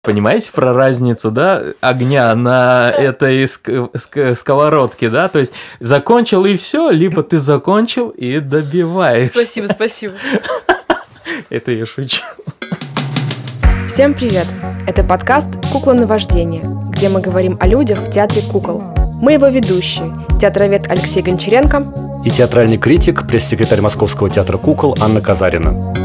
Понимаете про разницу, да, огня на этой сковородке, да? То есть закончил и все, либо ты закончил и добиваешь. Спасибо. Это я шучу. Всем привет! Это подкаст «Кукла наваждения», где мы говорим о людях в театре кукол. Мы его ведущие, театровед Алексей Гончаренко и театральный критик, пресс-секретарь Московского театра кукол Анна Казарина.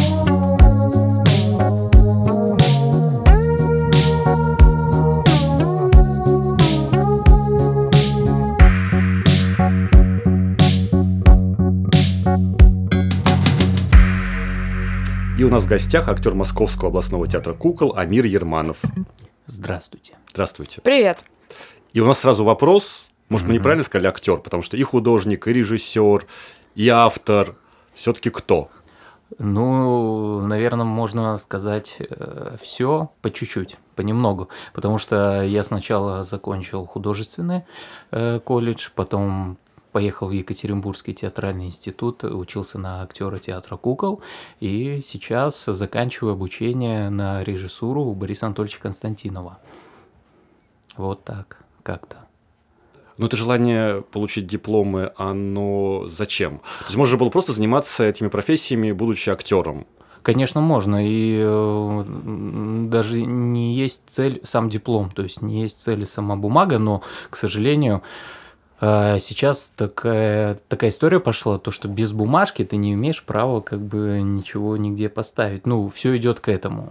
И у нас в гостях актер Московского областного театра кукол Амир Ерманов. Здравствуйте. Здравствуйте. Привет. И у нас сразу вопрос, может, мы неправильно сказали актер, потому что и художник, и режиссер, и автор, все-таки кто? Ну, наверное, можно сказать все по чуть-чуть, понемногу, потому что я сначала закончил художественный колледж, потом поехал в Екатеринбургский театральный институт, учился на актера театра кукол, и сейчас заканчиваю обучение на режиссуру у Бориса Анатольевича Константинова. Вот так, как-то. Ну, это желание получить дипломы, оно зачем? То есть можно было просто заниматься этими профессиями, будучи актером? Конечно, можно, и даже не есть цель сам диплом, то есть не есть цель сама бумага, но, к сожалению, сейчас такая история пошла, то что без бумажки ты не имеешь права как бы ничего нигде поставить. Ну, все идет к этому.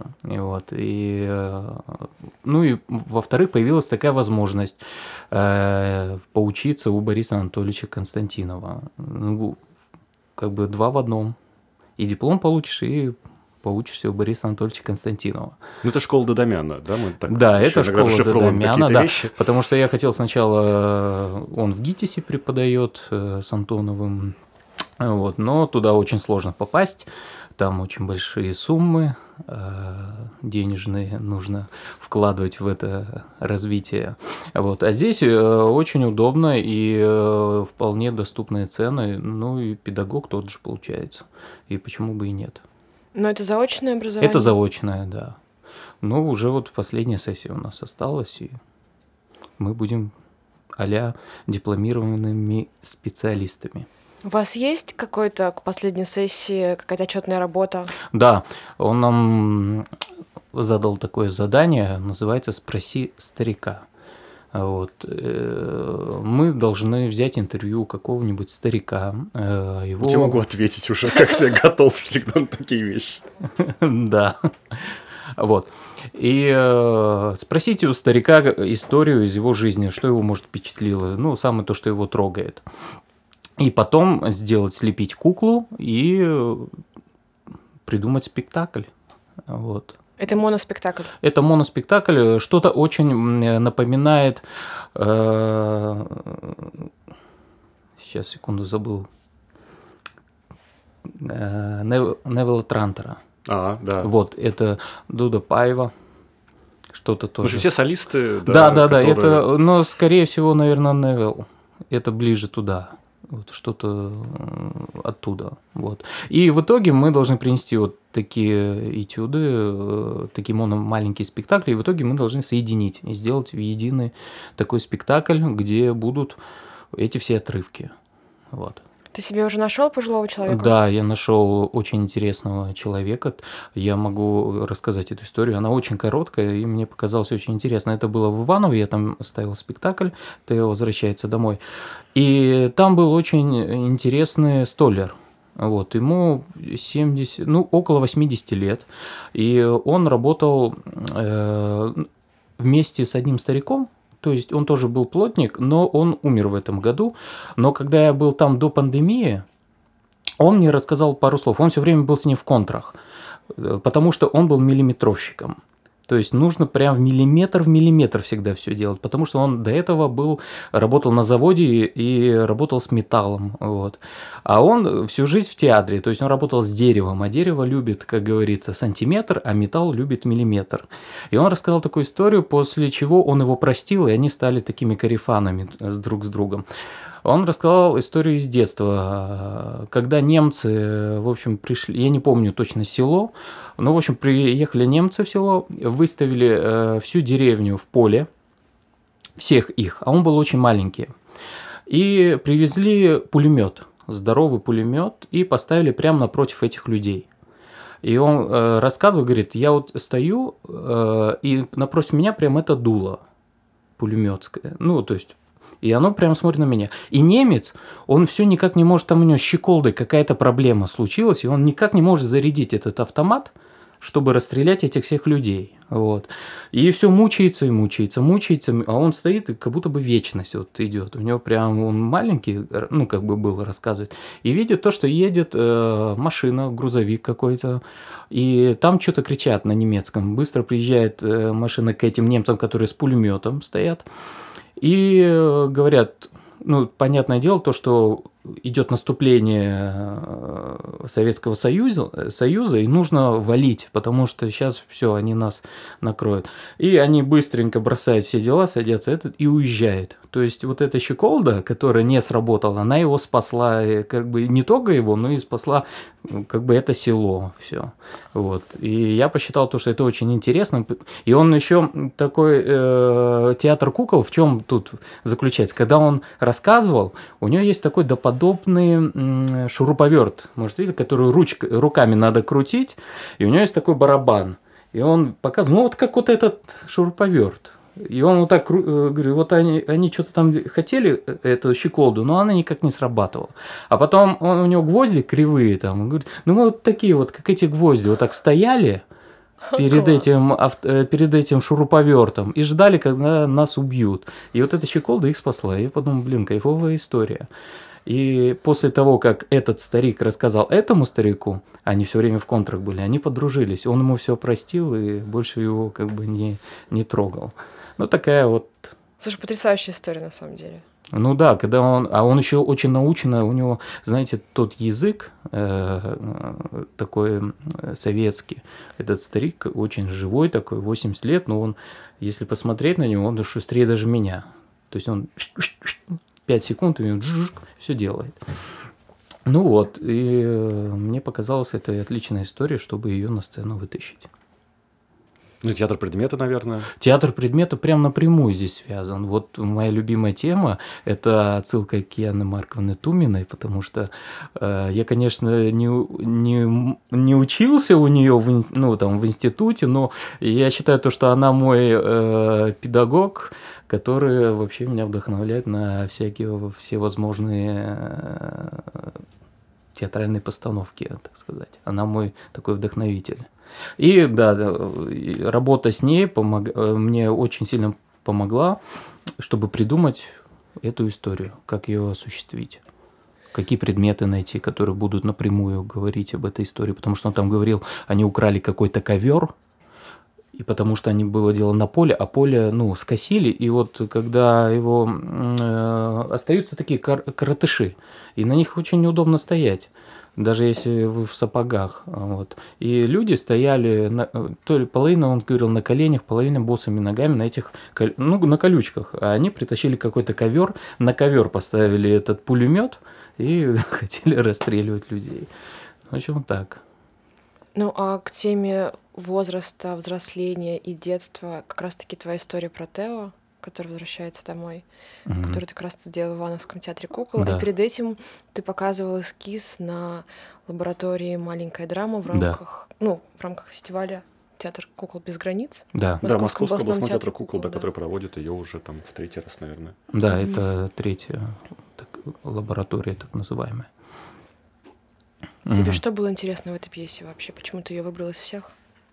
Ну и во-вторых, появилась такая возможность поучиться у Бориса Анатольевича Константинова. Ну, как бы 2 в 1. И диплом получишь, и поучишься у Бориса Анатольевича Константинова. Ну, это школа Додомяна, да? Мы так да, это школа Додомяна, да. вещи. Потому что я хотел сначала, он в ГИТИСе преподает с Антоновым, вот, но туда очень сложно попасть, там очень большие суммы денежные нужно вкладывать в это развитие. Вот. А здесь очень удобно и вполне доступные цены, ну и педагог тот же получается, и почему бы и нет. Но это заочное образование? Это заочное, да. Ну, уже вот последняя сессия у нас осталась, и мы будем а-ля дипломированными специалистами. У вас есть какой-то к последней сессии какая-то отчетная работа? Да, он нам задал такое задание, называется «Спроси старика». Вот. Мы должны взять интервью у какого-нибудь старика. Его... Я могу ответить уже, как ты готов всегда на такие вещи. Да. Вот. И спросите у старика историю из его жизни, что его, может, впечатлило. Ну, самое то, что его трогает. И потом слепить куклу и придумать спектакль. Вот. Это моноспектакль? Это моноспектакль. Что-то очень напоминает... Сейчас, секунду, забыл. Невилла Трантера. Да. Вот, это Дуда Паева. Что-то тоже. Ну, все солисты, да. Которые... Это, но, скорее всего, наверное, Невилл. Это ближе туда. Вот что-то оттуда. Вот. И в итоге мы должны принести вот такие этюды, такие маленькие спектакли, и в итоге мы должны соединить и сделать в единый такой спектакль, где будут эти все отрывки. Вот. Ты себе уже нашел пожилого человека? Да, я нашел очень интересного человека. Я могу рассказать эту историю. Она очень короткая, и мне показалось очень интересно. Это было в Иваново, я там ставил спектакль, Тео возвращается домой. И там был очень интересный столяр. Вот, ему 70, около 80 лет. И он работал вместе с одним стариком. То есть он тоже был плотник, но он умер в этом году. Но когда я был там до пандемии, он мне рассказал пару слов. Он все время был с ним в контрах, потому что он был миллиметровщиком. То есть нужно прям в миллиметр всегда все делать, потому что он до этого работал на заводе и работал с металлом. Вот. А он всю жизнь в театре, то есть он работал с деревом, а дерево любит, как говорится, сантиметр, а металл любит миллиметр. И он рассказал такую историю, после чего он его простил, и они стали такими корефанами друг с другом. Он рассказал историю из детства, когда немцы, в общем, пришли, я не помню точно село, но, в общем, приехали немцы в село, выставили всю деревню в поле, всех их, а он был очень маленький, и привезли пулемет, здоровый пулемет, и поставили прямо напротив этих людей. И он рассказывал, говорит, я вот стою, и напротив меня прям это дуло пулеметское, ну, то есть, и оно прям смотрит на меня. И немец, он все никак не может, там у него с щеколдой какая-то проблема случилась, и он никак не может зарядить этот автомат, чтобы расстрелять этих всех людей. Вот. И все мучается и мучается, а он стоит, и как будто бы вечность вот идет. У него прям, он маленький, ну, как бы был, рассказывает, и видит то, что едет машина, грузовик какой-то, и там что-то кричат на немецком. Быстро приезжает машина к этим немцам, которые с пулеметом стоят, и говорят, ну, понятное дело, то, что идет наступление Советского Союза, и нужно валить, потому что сейчас все, они нас накроют. И они быстренько бросают все дела, садятся и уезжают. То есть вот эта щеколда, которая не сработала, она его спасла, как бы не только его, но и спасла как бы это село, все. Вот. И я посчитал то, что это очень интересно. И он еще такой театр кукол, в чем тут заключается? Когда он рассказывал, у него есть такой доподобный шуруповерт, может видите, который руками надо крутить, и у него есть такой барабан. И он показывал, ну вот как вот этот шуруповерт. И он вот так, говорю, вот они что-то там хотели, эту щеколду, но она никак не срабатывала. А потом у него гвозди кривые там, он говорит, ну мы вот такие вот, как эти гвозди, вот так стояли перед этим шуруповертом и ждали, когда нас убьют. И вот эта щеколда их спасла. Я подумал, блин, кайфовая история. И после того, как этот старик рассказал этому старику, они все время в контрах были, они подружились. Он ему все простил и больше его как бы не трогал. Ну, такая вот... Слушай, потрясающая история на самом деле. Ну да, когда он еще очень научно, у него, знаете, тот язык такой советский, этот старик очень живой такой, 80 лет, но он, если посмотреть на него, он шустрее даже меня. То есть он 5 секунд, и он все делает. Ну вот, и мне показалось, это отличная история, чтобы ее на сцену вытащить. Ну, театр предмета, наверное. Театр предмета прям напрямую здесь связан. Вот моя любимая тема – это отсылка к Яне Марковне Туминой, потому что я, конечно, не учился у нее в институте, но я считаю, то, что она мой педагог, который вообще меня вдохновляет на всевозможные театральные постановки, так сказать. Она мой такой вдохновитель. И да, работа с ней мне очень сильно помогла, чтобы придумать эту историю, как ее осуществить. Какие предметы найти, которые будут напрямую говорить об этой истории. Потому что он там говорил, они украли какой-то ковер, и потому что было дело на поле, а поле, скосили, и вот когда его остаются такие коротыши, и на них очень неудобно стоять, даже если вы в сапогах. Вот. И люди стояли, то ли половина, он говорил, на коленях, половина босыми ногами на этих, на колючках. А они притащили какой-то ковер, на ковер поставили этот пулемет и хотели расстреливать людей. В общем, так. Ну, а к теме возраста, взросления и детства как раз-таки твоя история про Тео, который возвращается домой, который ты как раз сделал в Ивановском театре кукол. Да. И перед этим ты показывал эскиз на лаборатории «Маленькая драма» в рамках, в рамках фестиваля «Театр кукол без границ». Да, Московский областной театр кукол, да, который проводит ее уже там в 3-й раз, наверное. Да, это 3-я лаборатория, так называемая. Тебе что было интересно в этой пьесе вообще? Почему ты ее выбрал из всех?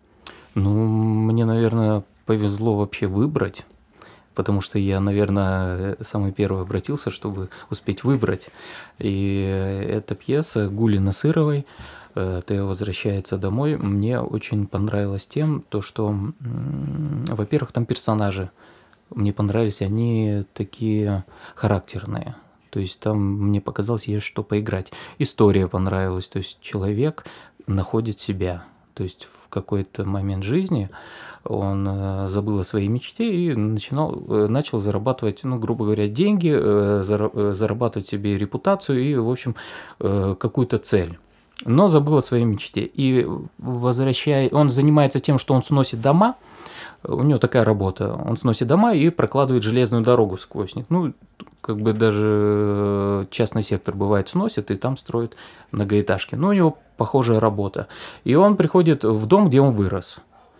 Мне, наверное, повезло вообще выбрать, потому что я, наверное, самый первый обратился, чтобы успеть выбрать. И эта пьеса Гули Насыровой «Тео возвращается домой» мне очень понравилась тем, что, во-первых, там персонажи мне понравились, они такие характерные. То есть там мне показалось, есть что поиграть. История понравилась, то есть человек находит себя. То есть в какой-то момент жизни он забыл о своей мечте и начал зарабатывать, ну, грубо говоря, деньги, зарабатывать себе репутацию и, в общем, какую-то цель. Но забыл о своей мечте. И он занимается тем, что он сносит дома. У него такая работа. Он сносит дома и прокладывает железную дорогу сквозь них. Ну, как бы даже частный сектор бывает сносит, и там строит многоэтажки. Но у него похожая работа. И он приходит в дом, где он вырос.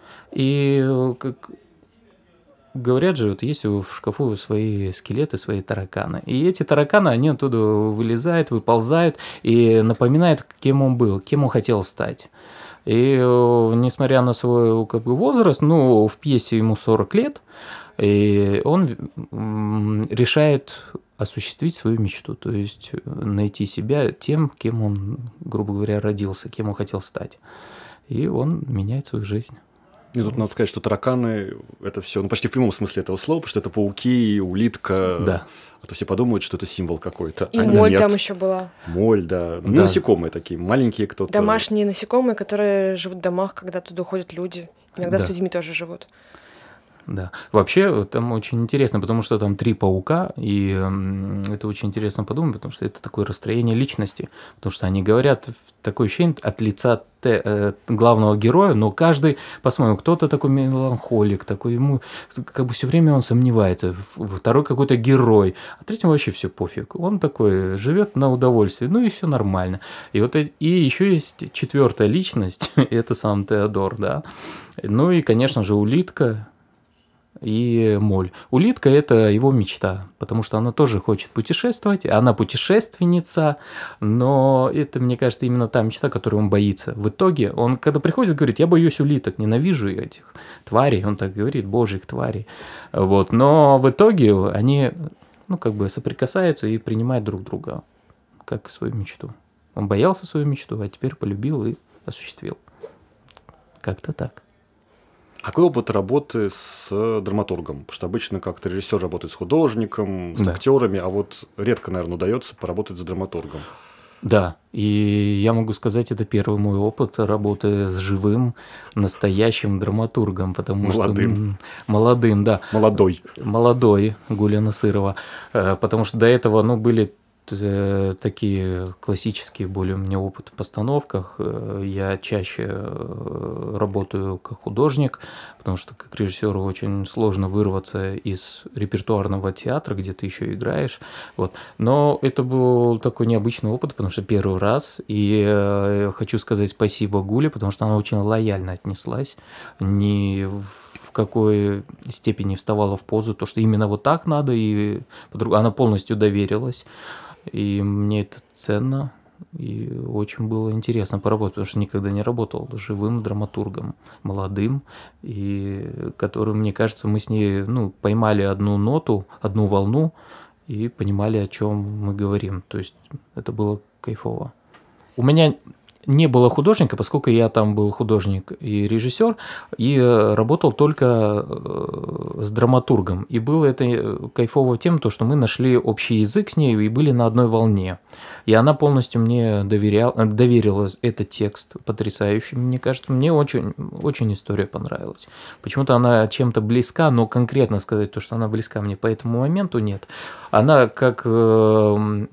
И как говорят же, вот есть в шкафу свои скелеты, свои тараканы. И эти тараканы, они оттуда вылезают, выползают и напоминают, кем он был, кем он хотел стать. И несмотря на свой как бы, возраст, ну, в пьесе ему 40 лет, и он решает осуществить свою мечту, то есть найти себя тем, кем он, грубо говоря, родился, кем он хотел стать. И он меняет свою жизнь. И тут надо сказать, что тараканы – это все, ну, почти в прямом смысле этого слова, потому что это пауки, улитка. Да. А то все подумают, что это символ какой-то. И моль там еще была. Моль, да. Ну, насекомые такие, маленькие кто-то. Домашние насекомые, которые живут в домах, когда туда ходят люди. Иногда с людьми тоже живут. Да. Вообще там очень интересно, потому что там 3 паука, и это очень интересно подумать, потому что это такое расстроение личности, потому что они говорят такое ощущение от лица главного героя, но каждый по-своему. Кто-то такой меланхолик, такой ему как бы все время он сомневается, второй какой-то герой, а третьему вообще все пофиг. Он такой живет на удовольствие, ну и все нормально. И вот и еще есть 4-я личность, это сам Теодор, да. Ну и, конечно же, улитка. И моль. Улитка – это его мечта, потому что она тоже хочет путешествовать, она путешественница, но это, мне кажется, именно та мечта, которой он боится. В итоге он, когда приходит, говорит, я боюсь улиток, ненавижу этих тварей, он так говорит, божьих тварей. Вот. Но в итоге они, ну, как бы соприкасаются и принимают друг друга как свою мечту. Он боялся свою мечту, а теперь полюбил и осуществил. Как-то так. А какой опыт работы с драматургом? Потому что обычно как-то режиссер работает с художником, с актерами, а вот редко, наверное, удается поработать с драматургом. Да, и я могу сказать, это первый мой опыт работы с живым, настоящим драматургом, потому молодым. что... Молодым, да. Молодой Гуля Насырова. Потому что до этого, ну, были такие классические более у меня опыт в постановках. Я чаще работаю как художник, потому что как режиссеру очень сложно вырваться из репертуарного театра, где ты еще играешь. Вот. Но это был такой необычный опыт, потому что первый раз. И хочу сказать спасибо Гуле, потому что она очень лояльно отнеслась. Ни в какой степени вставала в позу, то, что именно вот так надо, и она полностью доверилась. И мне это ценно, и очень было интересно поработать, потому что никогда не работал живым драматургом, молодым, и который, мне кажется, мы с ней поймали одну ноту, одну волну и понимали, о чем мы говорим. То есть это было кайфово. У меня не было художника, поскольку я там был художник и режиссер, и работал только с драматургом. И было это кайфово тем, что мы нашли общий язык с ней и были на одной волне. И она полностью мне доверила этот текст потрясающий. Мне кажется, мне очень, очень история понравилась. Почему-то она чем-то близка, но конкретно сказать то, что она близка мне по этому моменту, нет. Она как бы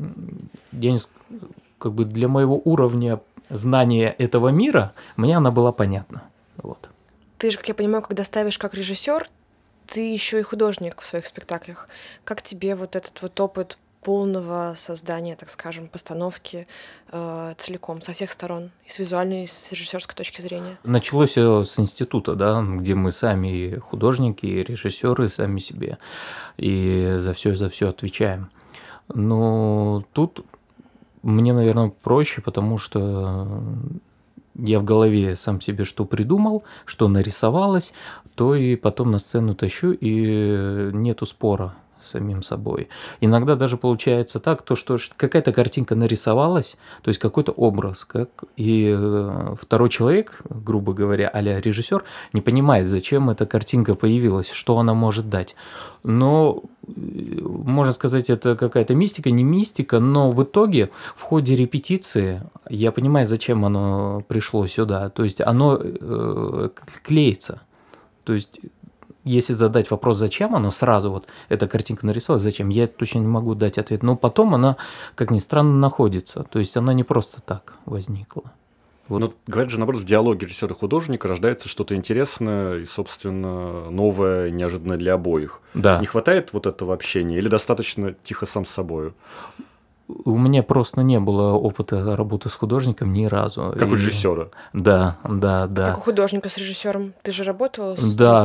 для моего уровня знание этого мира, мне она была понятна. Вот. Ты же, как я понимаю, когда ставишь как режиссер, ты еще и художник в своих спектаклях. Как тебе вот этот вот опыт полного создания, так скажем, постановки целиком, со всех сторон, и с визуальной, и с режиссерской точки зрения? Началось с института, да, где мы сами художники, и режиссеры сами себе, и за все отвечаем. Но тут мне, наверное, проще, потому что я в голове сам себе что придумал, что нарисовалось, то и потом на сцену тащу, и нету спора самим собой. Иногда даже получается так, то, что какая-то картинка нарисовалась, то есть какой-то образ, и второй человек, грубо говоря, а-ля режиссер, не понимает, зачем эта картинка появилась, что она может дать. Но, можно сказать, это какая-то мистика, не мистика, но в итоге в ходе репетиции я понимаю, зачем оно пришло сюда. То есть оно клеится. То есть если задать вопрос, зачем оно, сразу вот эта картинка нарисовалась, зачем, я точно не могу дать ответ. Но потом она, как ни странно, находится. То есть она не просто так возникла. Вот. Но говорят же, наоборот, в диалоге режиссера и художника рождается что-то интересное и, собственно, новое, неожиданное для обоих. Да. Не хватает вот этого общения или достаточно тихо сам с собой? У меня просто не было опыта работы с художником ни разу. Как у режиссера. Да. Как у художника с режиссером. Ты же работал с Да.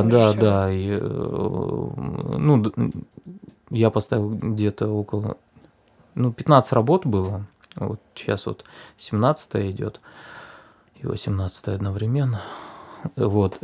режиссером? Я поставил где-то около 15 работ было. Вот сейчас вот 17-я идет и 18-я одновременно. Вот.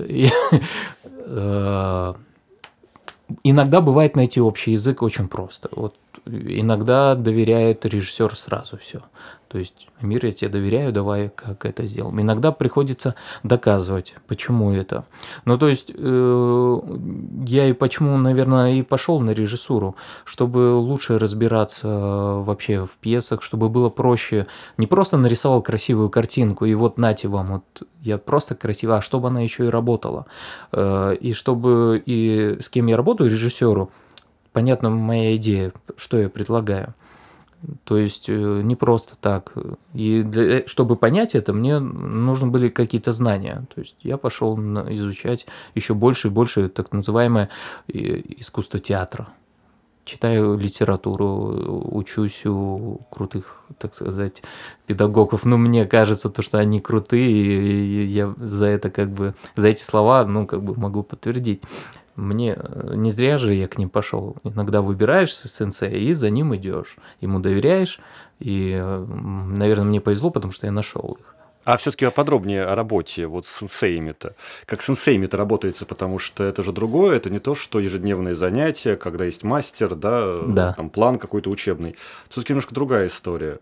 Иногда бывает найти общий язык очень просто. Вот иногда доверяет режиссер сразу все. То есть, Амир, я тебе доверяю, давай как это сделаем. Иногда приходится доказывать, почему это. Ну, то есть, я и почему, наверное, и пошел на режиссуру, чтобы лучше разбираться вообще в пьесах, чтобы было проще. Не просто нарисовал красивую картинку, и вот нате вам, вот я просто красиво, а чтобы она еще и работала. И чтобы и с кем я работаю, режиссеру, понятна моя идея, что я предлагаю. То есть не просто так. И чтобы понять это, мне нужны были какие-то знания. То есть я пошел изучать еще больше и больше так называемое искусство театра. Читаю литературу, учусь у крутых, так сказать, педагогов. Но мне кажется, то, что они крутые, и я за эти слова, могу подтвердить. Мне не зря же я к ним пошел. Иногда выбираешь сенсея и за ним идешь. Ему доверяешь. И, наверное, мне повезло, потому что я нашел их. А все-таки подробнее о работе вот с сенсеями-то. Как с сенсеями-то работается, потому что это же другое, это не то, что ежедневные занятия, когда есть мастер, да. Там план какой-то учебный. Все-таки немножко другая история.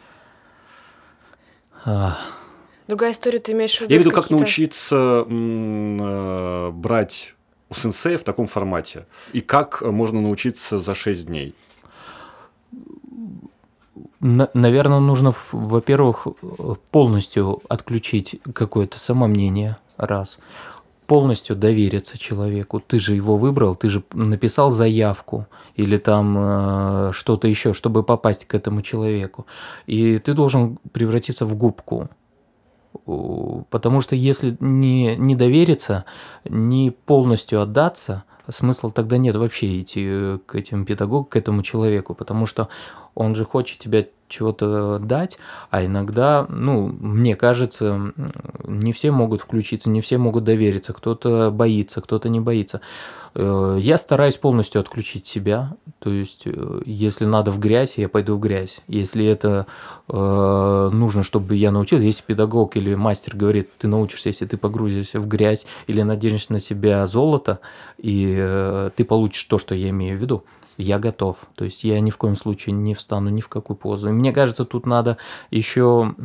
Другая история, ты имеешь в виду? Я имею в виду, как научиться брать у сенсея в таком формате. И как можно научиться за 6 дней? Наверное, нужно, во-первых, полностью отключить какое-то самомнение, раз. Полностью довериться человеку. Ты же его выбрал, ты же написал заявку или там что-то еще, чтобы попасть к этому человеку. И ты должен превратиться в губку. Потому что если не довериться, не полностью отдаться, смысла тогда нет вообще идти к этим педагогам, к этому человеку, потому что он же хочет тебе чего-то дать, а иногда, мне кажется, не все могут включиться, не все могут довериться, кто-то боится, кто-то не боится. Я стараюсь полностью отключить себя, то есть если надо в грязь, я пойду в грязь. Если это нужно, чтобы я научился, если педагог или мастер говорит, ты научишься, если ты погрузишься в грязь или наденешь на себя золото, и ты получишь то, что я имею в виду, я готов. То есть я ни в коем случае не встану ни в какую позу. И мне кажется, тут надо еще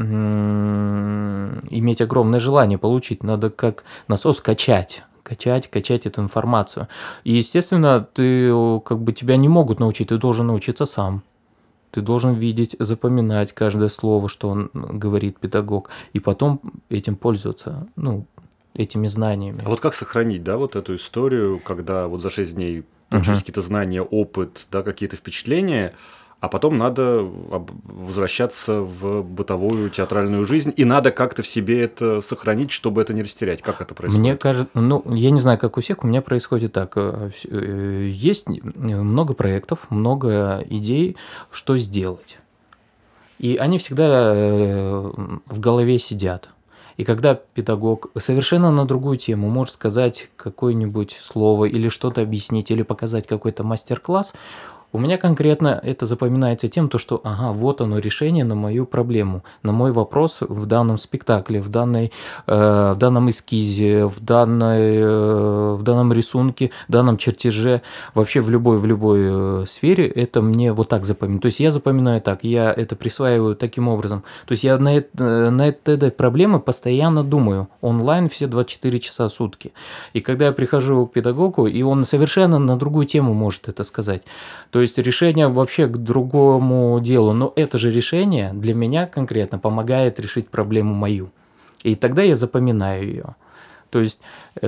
иметь огромное желание получить. Надо как насос качать эту информацию. И, естественно, тебя не могут научить, ты должен научиться сам. Ты должен видеть, запоминать каждое слово, что он говорит, педагог, и потом этим пользоваться, этими знаниями. А вот как сохранить, вот эту историю, когда вот за 6 дней получились какие-то знания, опыт, какие-то впечатления, а потом надо возвращаться в бытовую театральную жизнь, и надо как-то в себе это сохранить, чтобы это не растерять. Как это происходит? Мне кажется, я не знаю, как у всех, у меня происходит так. Есть много проектов, много идей, что сделать. И они всегда в голове сидят. И когда педагог совершенно на другую тему может сказать какое-нибудь слово или что-то объяснить, или показать какой-то мастер-класс, У меня конкретно это запоминается тем, то, что, ага, вот оно решение на мою проблему, на мой вопрос в данном спектакле, в данном эскизе, в данном рисунке, в данном чертеже, вообще в любой сфере это мне вот так запоминаю. То есть я запоминаю так, я это присваиваю таким образом. То есть я на этой проблеме постоянно думаю, онлайн все 24 часа в сутки. И когда я прихожу к педагогу, и он совершенно на другую тему может это сказать. То есть решение вообще к другому делу, но это же решение для меня конкретно помогает решить проблему мою. И тогда я запоминаю ее. То есть,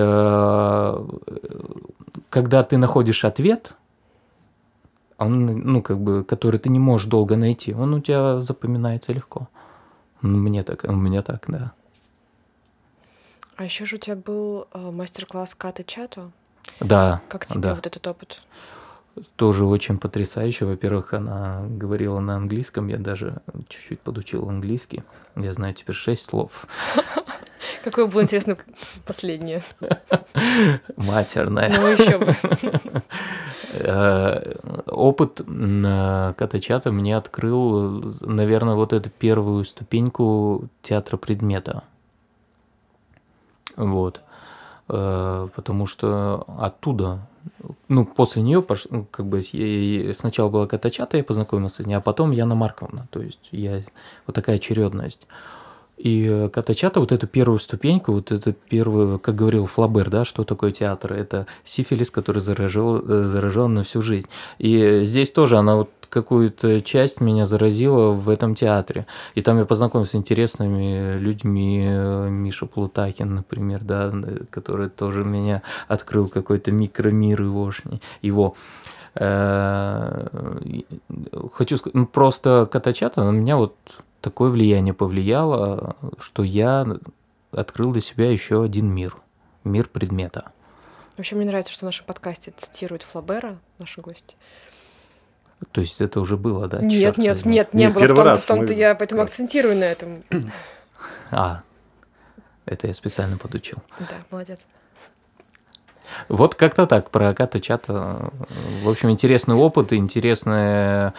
когда ты находишь ответ, он, который ты не можешь долго найти, он у тебя запоминается легко. У меня так, да. А еще же у тебя был мастер-класс Каты Чату. Да. Как тебе да. вот этот опыт? Тоже очень потрясающе. Во-первых, она говорила на английском, я даже чуть-чуть подучил английский. Я знаю теперь 6 слов. Какое было интересно последнее? Матерное. Ну еще бы. Опыт Каты Чата мне открыл, наверное, вот эту первую ступеньку театра предмета. Вот. Потому что оттуда, после нее сначала была Ката Чата, я познакомился с ней, а потом Яна Марковна. То есть вот такая очередность. И Ката Чата, вот эту первую ступеньку, вот эту первую, как говорил Флабер, да, что такое театр, это сифилис, который заражен на всю жизнь. И здесь тоже она вот какую-то часть меня заразила в этом театре. И там я познакомился с интересными людьми, Миша Плутакин, например, да, который тоже меня открыл какой-то микромир его. Хочу сказать, просто Ката Чата на меня вот такое влияние повлияло, что я открыл для себя еще один мир предмета. Вообще мне нравится, что в нашем подкасте цитируют Флабера, наши гости. То есть это уже было, да? Нет, не было. В том-то я поэтому акцентирую на этом. Это я специально подучил. Да, молодец. Вот как-то так, про Ката Чата. В общем, интересный опыт, интересный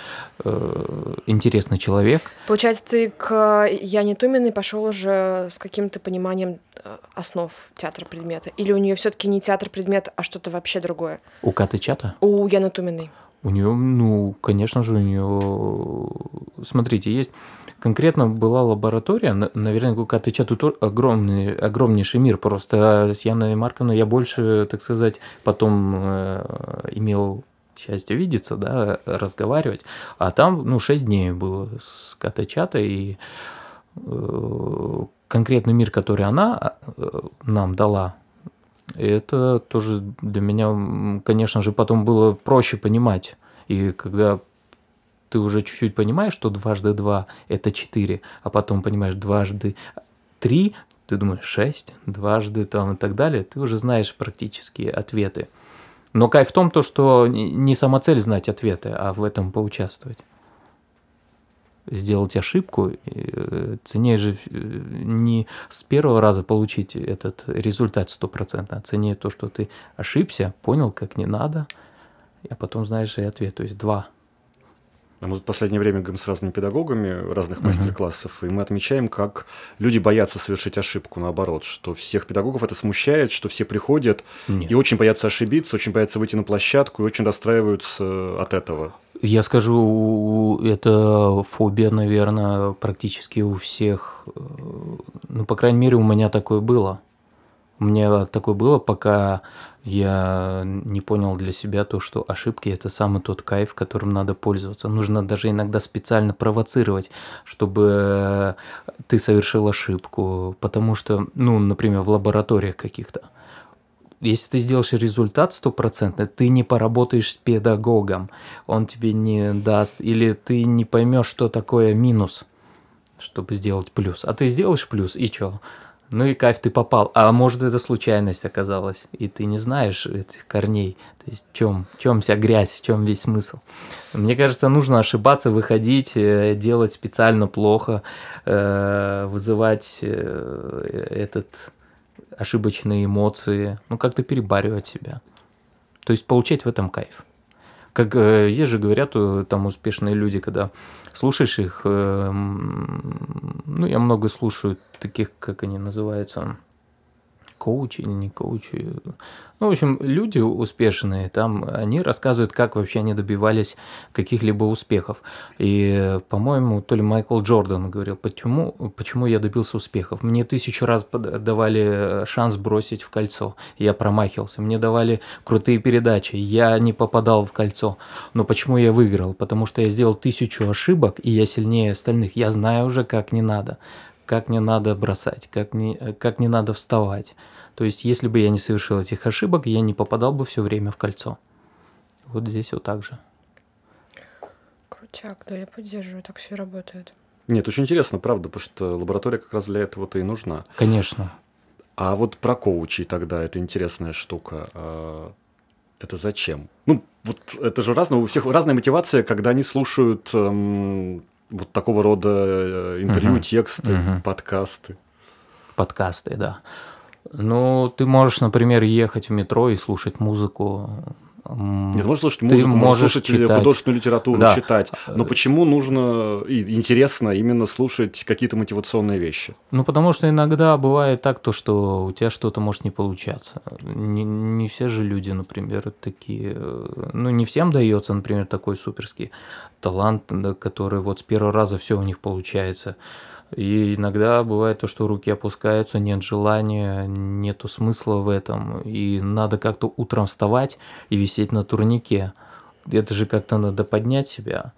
человек. Получается, ты к Яне Туминой пошел уже с каким-то пониманием основ театра предмета? Или у нее все-таки не театр предмета, а что-то вообще другое? У Каты Чата? У Яны Туминой. У нее, конечно же, у нее, смотрите, есть конкретно была лаборатория, наверное, у Каты Чата тут огромнейший мир, просто с Яной Марковной я больше, так сказать, потом имел счастье видеться, да, разговаривать, а там, 6 дней было с Катой Чатой, и конкретный мир, который она нам дала, это тоже для меня, конечно же, потом было проще понимать. И когда ты уже чуть-чуть понимаешь, что 2 × 2 – это 4, а потом понимаешь 2 × 3, ты думаешь 6, 2 там и так далее, ты уже знаешь практически ответы. Но кайф в том, что не сама цель знать ответы, а в этом поучаствовать. Сделать ошибку, ценнее же не с первого раза получить этот результат 100%, а ценнее то, что ты ошибся, понял, как не надо, а потом знаешь и ответ, то есть 2. Мы в последнее время говорим с разными педагогами разных мастер-классов, и мы отмечаем, как люди боятся совершить ошибку, наоборот, что всех педагогов это смущает, что все приходят и очень боятся ошибиться, очень боятся выйти на площадку и очень расстраиваются от этого. Я скажу, это фобия, наверное, практически у всех. По крайней мере, у меня такое было. У меня такое было, пока я не понял для себя то, что ошибки – это самый тот кайф, которым надо пользоваться. Нужно даже иногда специально провоцировать, чтобы ты совершил ошибку. Потому что, например, в лабораториях каких-то, если ты сделаешь результат 100%, ты не поработаешь с педагогом, он тебе не даст, или ты не поймешь, что такое минус, чтобы сделать плюс. А ты сделаешь плюс, и что? И кайф, ты попал. А может, это случайность оказалась, и ты не знаешь этих корней. То есть в чем вся грязь, в чем весь смысл. Мне кажется, нужно ошибаться, выходить, делать специально плохо, вызывать ошибочные эмоции, как-то перебаривать себя. То есть получать в этом кайф. Как есть же говорят, там успешные люди, когда слушаешь их, ну, я много слушаю таких, как они называются, коучи или не коучи. Ну, в общем, люди успешные, там они рассказывают, как вообще они добивались каких-либо успехов. И, по-моему, то ли Майкл Джордан говорил, почему я добился успехов. Мне 1000 раз давали шанс бросить в кольцо, я промахивался. Мне давали крутые передачи, я не попадал в кольцо. Но почему я выиграл? Потому что я сделал 1000 ошибок, и я сильнее остальных. Я знаю уже, как не надо. Как не надо бросать, как не надо вставать. То есть, если бы я не совершил этих ошибок, я не попадал бы все время в кольцо. Вот здесь вот так же. Крутяк, да, я поддерживаю, так все и работает. Нет, очень интересно, правда, потому что лаборатория как раз для этого-то и нужна. Конечно. А вот про коучей тогда, это интересная штука. Это зачем? Ну, вот это же разное, у всех разная мотивация, когда они слушают вот такого рода интервью, тексты, подкасты. Подкасты, да. Ну, ты можешь, например, ехать в метро и слушать музыку. Нет, можешь слушать музыку, можешь слушать читать. Художественную литературу, Да. читать. Но почему нужно и интересно именно слушать какие-то мотивационные вещи? Ну, потому что иногда бывает так, то, что у тебя что-то может не получаться. Не все же люди, например, такие... Ну, не всем дается, например, такой суперский талант, да, который вот с первого раза все у них получается. И иногда бывает то, что руки опускаются, нет желания, нету смысла в этом, и надо как-то утром вставать и висеть на турнике. Это же как-то надо поднять себя.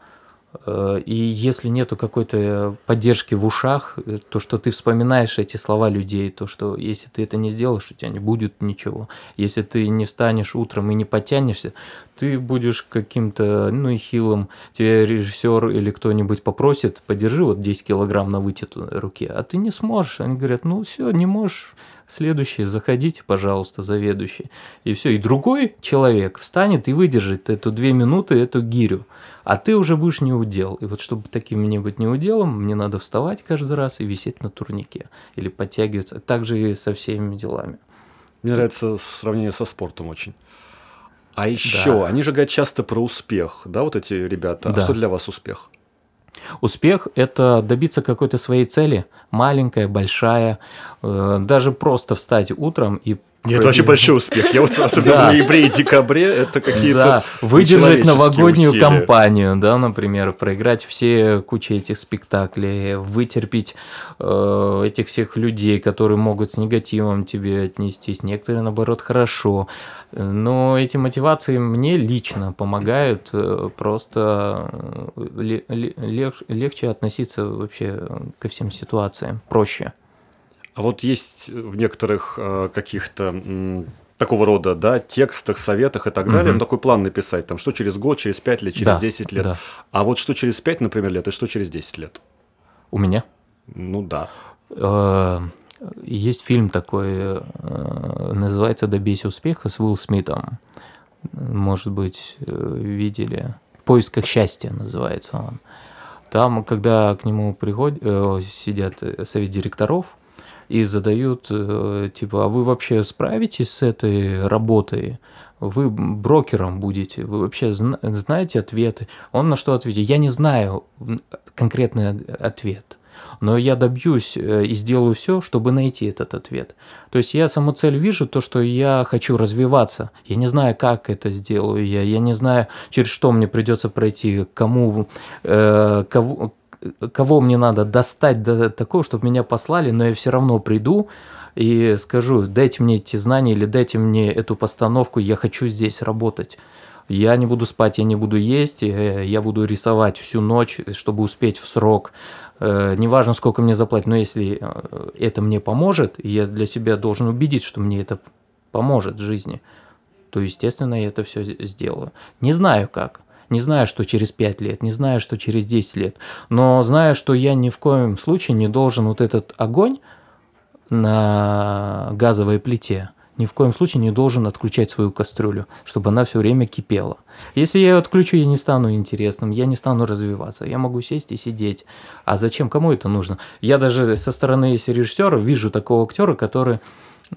И если нету какой-то поддержки в ушах, то, что ты вспоминаешь эти слова людей, то, что если ты это не сделаешь, у тебя не будет ничего. Если ты не встанешь утром и не подтянешься, ты будешь каким-то, ну и хилым. Тебе режиссер или кто-нибудь попросит, подержи вот 10 килограмм на вытянутой руке, а ты не сможешь. Они говорят, ну все, не можешь. Следующий, заходите, пожалуйста, заведующий. И все. И другой человек встанет и выдержит эту 2 минуты, эту гирю. А ты уже будешь неудел. И вот чтобы таким мне быть неуделом, мне надо вставать каждый раз и висеть на турнике. Или подтягиваться. Так же и со всеми делами. Мне нравится сравнение со спортом очень. А еще, они же говорят часто про успех, да, вот эти ребята. Да. А что для вас успех? Успех – это добиться какой-то своей цели, маленькая, большая, даже просто встать утром и... Это вообще большой успех. Я вот особенно в ноябре и декабре это какие-то... Да, выдержать новогоднюю усилия. кампанию, да, например, проиграть все кучи этих спектаклей, вытерпеть этих всех людей, которые могут с негативом тебе отнестись, некоторые, наоборот, хорошо. Но эти мотивации мне лично помогают просто легче относиться вообще ко всем ситуациям, проще. А вот есть в некоторых каких-то такого рода, да, текстах, советах и так далее, ну, такой план написать, там, что через год, через 5 лет, через 10 лет. Да. А вот что через 5, например, лет, и что через 10 лет? У меня? Ну да. Есть фильм такой, называется «Добейся успеха» с Уилл Смитом. Может быть, видели. «В поисках счастья» называется он. Там, когда к нему сидят совет директоров и задают, типа, а вы вообще справитесь с этой работой? Вы брокером будете? Вы вообще знаете ответы? Он на что ответит? Я не знаю конкретный ответ. Но я добьюсь и сделаю все, чтобы найти этот ответ. То есть я саму цель вижу, то, что я хочу развиваться. Я не знаю, как это сделаю я не знаю, через что мне придется пройти, кого мне надо достать до такого, чтобы меня послали, но я все равно приду и скажу, дайте мне эти знания или дайте мне эту постановку, я хочу здесь работать. Я не буду спать, я не буду есть, я буду рисовать всю ночь, чтобы успеть в срок. Неважно, сколько мне заплатят, но если это мне поможет, и я для себя должен убедить, что мне это поможет в жизни, то, естественно, я это все сделаю. Не знаю как. Не знаю, что через 5 лет, не знаю, что через 10 лет, но знаю, что я ни в коем случае не должен вот этот огонь на газовой плите ни в коем случае не должен отключать свою кастрюлю, чтобы она все время кипела. Если я ее отключу, я не стану интересным, я не стану развиваться, я могу сесть и сидеть. А зачем, кому это нужно? Я даже со стороны режиссера вижу такого актера, который,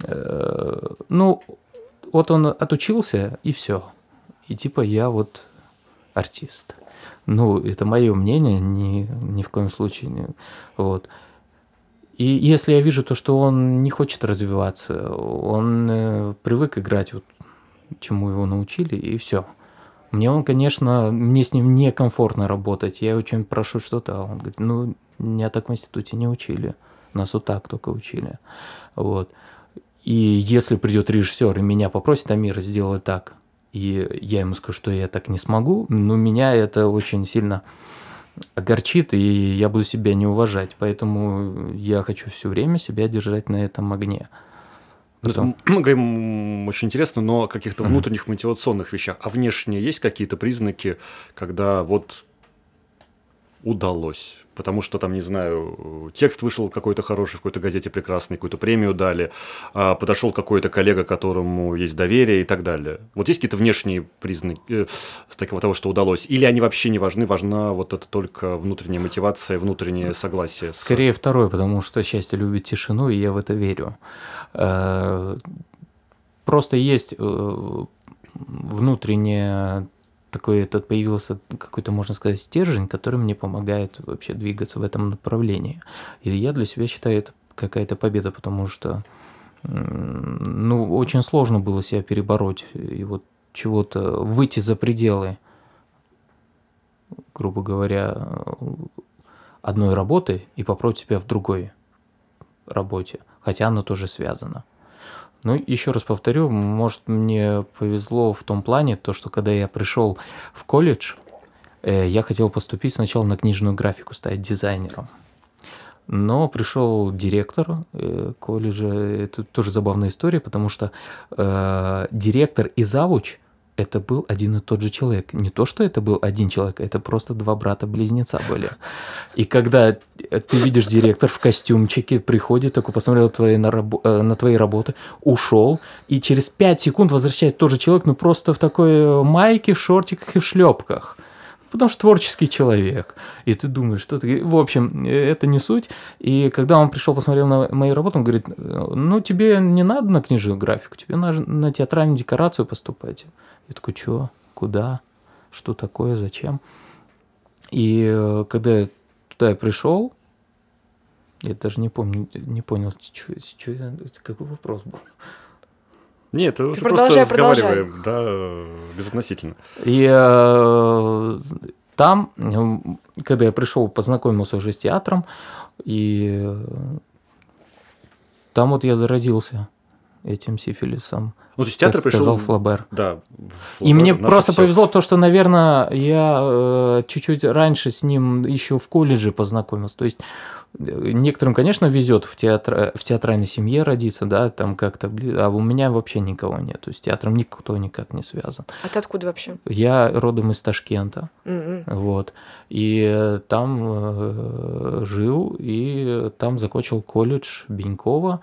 вот он отучился и все. И типа я вот артист. Ну, это мое мнение, ни в коем случае. Вот. И если я вижу то, что он не хочет развиваться, он привык играть, вот, чему его научили, и все. Мне с ним некомфортно работать. Я очень прошу что-то, а он говорит, ну, меня так в институте не учили. Нас вот так только учили. Вот. И если придет режиссер и меня попросит, Амир, сделай так, и я ему скажу, что я так не смогу, но меня это очень сильно огорчит, и я буду себя не уважать. Поэтому я хочу все время себя держать на этом огне. Мы говорим очень интересно, но о каких-то внутренних мотивационных вещах. А внешне есть какие-то признаки, когда вот удалось? Потому что там, не знаю, текст вышел какой-то хороший в какой-то газете прекрасный, какую-то премию дали, подошел какой-то коллега, которому есть доверие и так далее. Вот есть какие-то внешние признаки того, что удалось? Или они вообще не важны? Важна вот это только внутренняя мотивация, внутреннее согласие? Скорее второе, потому что счастье любит тишину, и я в это верю. Просто есть внутреннее появился какой-то, можно сказать, стержень, который мне помогает вообще двигаться в этом направлении. И я для себя считаю, это какая-то победа, потому что очень сложно было себя перебороть и вот чего-то выйти за пределы, грубо говоря, одной работы и попробовать себя в другой работе, хотя оно тоже связано. Ну, еще раз повторю, может, мне повезло в том плане, то, что когда я пришел в колледж, я хотел поступить сначала на книжную графику, стать дизайнером. Но пришел директор колледжа, это тоже забавная история, потому что директор и завуч – это был один и тот же человек. Не то, что это был один человек, это просто два брата-близнеца были. И когда ты видишь, директор в костюмчике приходит, такой посмотрел на твои работы, ушел, и через 5 секунд возвращается тот же человек, но просто в такой майке, в шортиках и в шлепках. Потому что творческий человек. И ты думаешь, что ты... В общем, это не суть. И когда он пришел, посмотрел на мои работы, он говорит, ну, тебе не надо на книжную графику, тебе надо на театральную декорацию поступать. Я такой, что? Куда? Что такое? Зачем? И когда я туда пришел, я даже не понял, какой вопрос был. Нет, это уже просто разговариваем, да, безотносительно. И там, когда я пришел, познакомился уже с театром, и там вот я заразился этим сифилисом. Ну, то есть театр пришел... сказал Флобер. Да. И мне просто повезло то, что, наверное, я чуть-чуть раньше с ним еще в колледже познакомился. То есть некоторым, конечно, везет в театральной семье родиться, да, там как-то, а у меня вообще никого нет. То есть с театром никто никак не связан. А ты откуда вообще? Я родом из Ташкента. Вот. И там жил, и там закончил колледж Бенькова.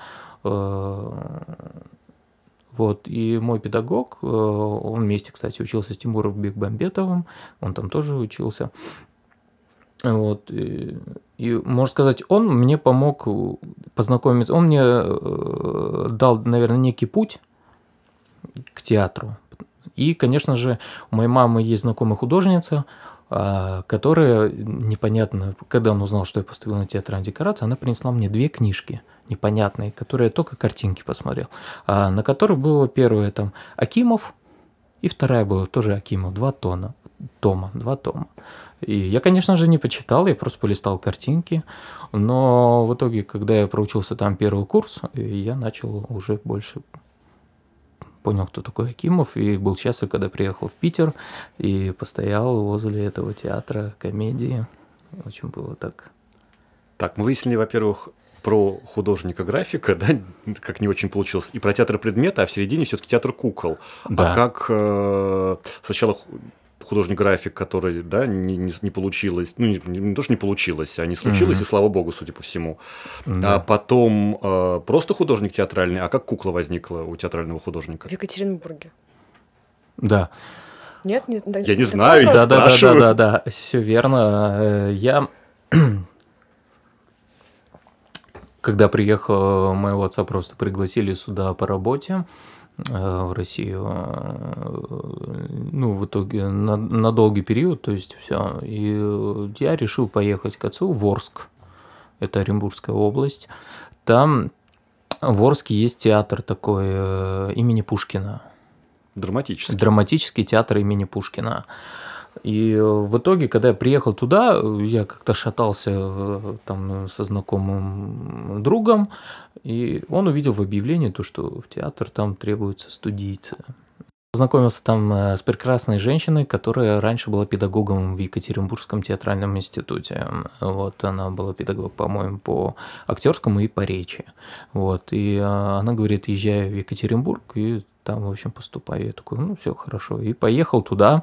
Вот, и мой педагог, он вместе, кстати, учился с Тимуром Бекбамбетовым, он там тоже учился. Вот, и можно сказать, он мне помог познакомиться, он мне дал, наверное, некий путь к театру. И, конечно же, у моей мамы есть знакомая художница, которая, непонятно, когда он узнал, что я поступил на театральную декорацию, она принесла мне 2 книжки непонятные, которые я только картинки посмотрел, на которых было первое там Акимов, и вторая была тоже Акимов, 2 тома. И я, конечно же, не почитал, я просто полистал картинки, но в итоге, когда я проучился там первый курс, я начал уже больше понял, кто такой Акимов, и был счастлив, когда приехал в Питер и постоял возле этого театра комедии. Очень было так. Так, мы выяснили, во-первых, про художника-графика, да, как не очень получилось, и про театр предмета, а в середине все-таки театр кукол. Да. А как сначала художник-график, который, да, не получилось, ну, не то, что не получилось, а не случилось, и слава богу, судя по всему. Да. А потом просто художник театральный, а как кукла возникла у театрального художника? В Екатеринбурге. Да. Нет? Я не знаю, я спрашиваю. Да, все верно. Я... Когда приехал, моего отца просто пригласили сюда по работе в Россию. ну, в итоге на долгий период, то есть все. И я решил поехать к отцу в Орск, это Оренбургская область. Там в Орске есть театр такой имени Пушкина. Драматический. Драматический театр имени Пушкина. И в итоге, когда я приехал туда, я как-то шатался там со знакомым другом, и он увидел в объявлении то, что в театр там требуются студийцы. Познакомился там с прекрасной женщиной, которая раньше была педагогом в Екатеринбургском театральном институте. Вот, она была педагог, по-моему, по актерскому и по речи. Вот, и она говорит, езжай в Екатеринбург, и там, в общем, поступай. Я такой, ну, все хорошо. И поехал туда.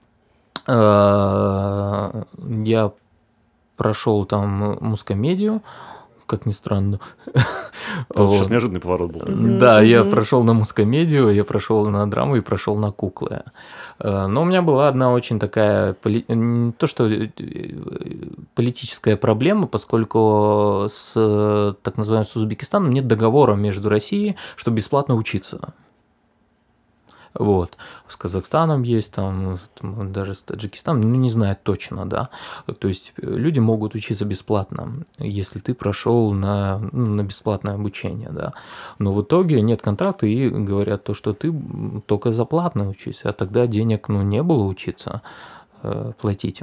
Я прошел там мускомедию, как ни странно. Это сейчас неожиданный поворот был. Да, я прошел на мускомедию, я прошел на драму и прошел на куклы. Но у меня была одна очень такая, не то что политическая проблема, поскольку с так называемым с Узбекистаном нет договора между Россией, чтобы бесплатно учиться. Вот. С Казахстаном есть, там даже с Таджикистаном, ну не знаю точно, да. То есть люди могут учиться бесплатно, если ты прошел на бесплатное обучение, да. Но в итоге нет контракта и говорят то, что ты только за платно учишься, а тогда денег не было учиться платить.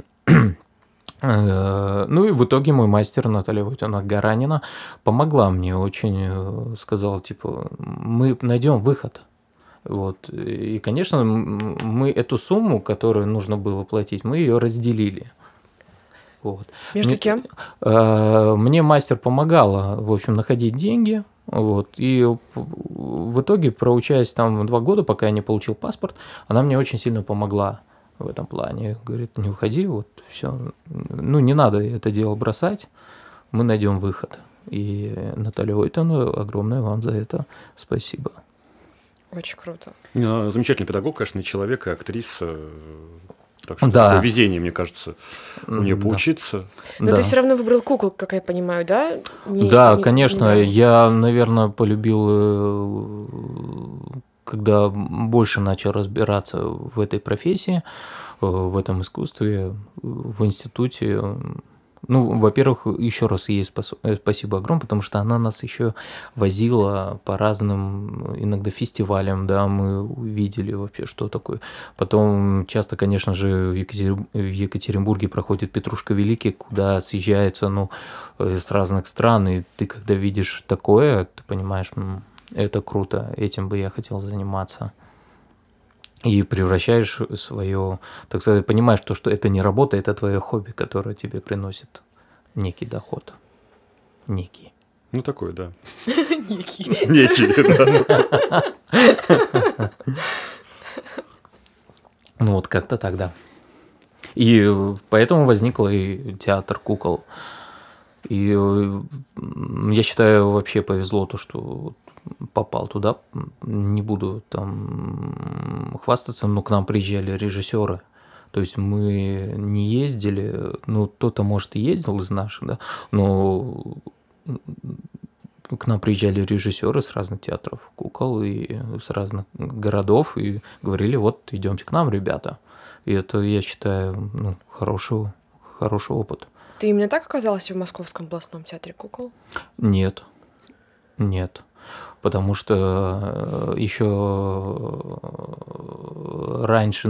Ну и в итоге мой мастер Наталья Войтовна Гаранина помогла мне очень, сказала, типа, мы найдем выход. Вот. И, конечно, мы эту сумму, которую нужно было платить, мы ее разделили. Вот. Между кем? Мне мастер помогала, в общем, находить деньги. Вот. И в итоге, проучаясь там 2 года, пока я не получил паспорт, она мне очень сильно помогла в этом плане. Говорит, не уходи, вот все. Ну, не надо это дело бросать, мы найдем выход. И Наталья Войтовна, огромное вам за это спасибо. Очень круто. Замечательный педагог, конечно, и человек, и актриса. Так что Да. такое везение, мне кажется, у нее поучиться. Но ты все равно выбрал кукол, как я понимаю, да? Конечно. Я, наверное, полюбил, когда больше начал разбираться в этой профессии, в этом искусстве, в институте. Ну, во-первых, еще раз ей спасибо огромное, потому что она нас еще возила по разным иногда фестивалям, да, мы увидели вообще, что такое. Потом часто, конечно же, в Екатеринбурге проходит Петрушка Великий, куда съезжаются, с разных стран, и ты когда видишь такое, ты понимаешь, это круто, этим бы я хотел заниматься. И превращаешь свое, так сказать, понимаешь, что это не работа, это твое хобби, которое тебе приносит некий доход. Некий. Ну, такой, да. Некий. Некий, да. Ну, вот как-то так, да. И поэтому возникл и театр кукол. И я считаю, вообще повезло то, что попал туда, не буду там хвастаться, но к нам приезжали режиссеры. То есть мы не ездили, кто-то, может, и ездил из наших, да, но к нам приезжали режиссеры с разных театров кукол и с разных городов и говорили, вот, идемте к нам, ребята. И это, я считаю, хороший опыт. Ты именно так оказался в Московском областном театре кукол? Нет. Потому что еще раньше,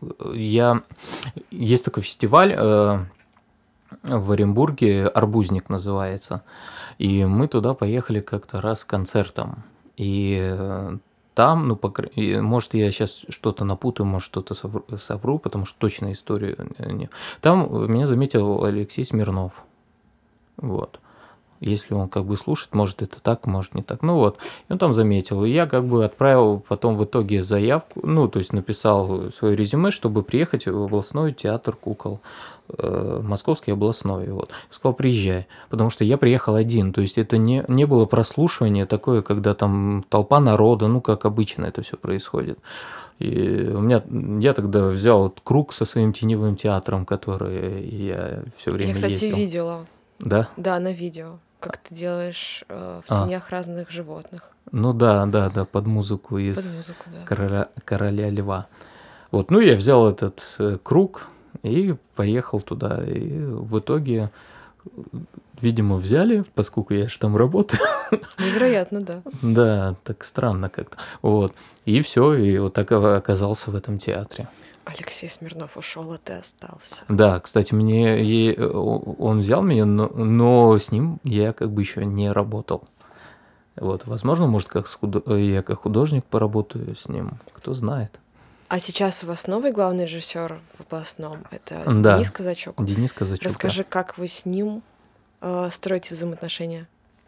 есть такой фестиваль в Оренбурге, «Арбузник» называется, и мы туда поехали как-то раз с концертом, и там, может, я сейчас что-то напутаю, может, что-то совру, потому что точно историю не... Там меня заметил Алексей Смирнов, вот. Если он слушает, может это так, может не так. И он там заметил. И я отправил потом в итоге заявку, то есть написал свое резюме, чтобы приехать в областной театр кукол, Московский областной. Вот. Сказал, приезжай. Потому что я приехал один. То есть это не было прослушивание такое, когда там толпа народа, как обычно это все происходит. И я тогда взял круг со своим теневым театром, который я все время ездил. Я, кстати, видела. Да? Да, на видео. Как ты делаешь в тенях разных животных. Да, под музыку из да. «Короля льва». Вот, ну, я взял этот круг и поехал туда. И в итоге, видимо, взяли, поскольку я же там работаю. Невероятно, да. Да, так странно как-то. Вот. И все, и вот так оказался в этом театре. Алексей Смирнов ушел, а ты остался. Да, кстати, он взял меня, но с ним я как бы еще не работал. Вот, возможно, может, я как художник поработаю с ним, кто знает. А сейчас у вас новый главный режиссер в областном, это Да. Денис Казачок. Денис Казачук. Расскажи, как вы с ним строите взаимоотношения?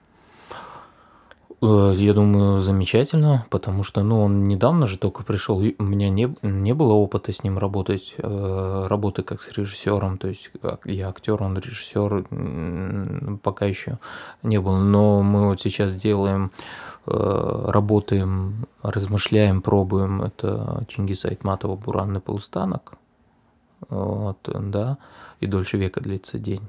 Я думаю, замечательно, потому что, он недавно же только пришел. У меня не было опыта с ним работать, работы как с режиссером. То есть я актер, он режиссер, пока еще не был. Но мы вот сейчас делаем, работаем, размышляем, пробуем. Это Чингиз Айтматова «Буранный полустанок». Вот, да, и «Дольше века длится день».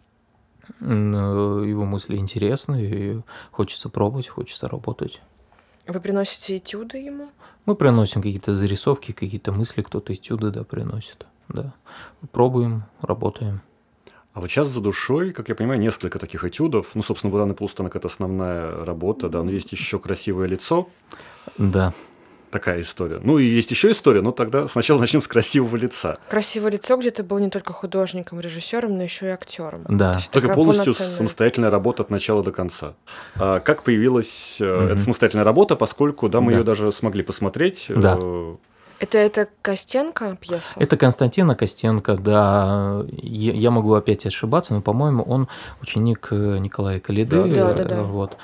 Его мысли интересны, и хочется пробовать, хочется работать. Вы приносите этюды ему? Мы приносим какие-то зарисовки, какие-то мысли, кто-то этюды, да, приносит. Да. Пробуем, работаем. А вот сейчас за душой, как я понимаю, несколько таких этюдов. Ну, собственно, «Буранный полустанок» – это основная работа, да, но есть еще «Красивое лицо». Да. Такая история. Ну, и есть еще история, но тогда сначала начнем с «Красивого лица». «Красивое лицо», где ты был не только художником, режиссером, но еще и актером. Да. Только полностью самостоятельная работа от начала до конца. А как появилась эта самостоятельная работа, поскольку, да, мы ее даже смогли посмотреть. Да. Это Костенко пьеса? Это Константина Костенко, да. Я могу опять ошибаться, но, по-моему, он ученик Николая Калиды. Да. Вот.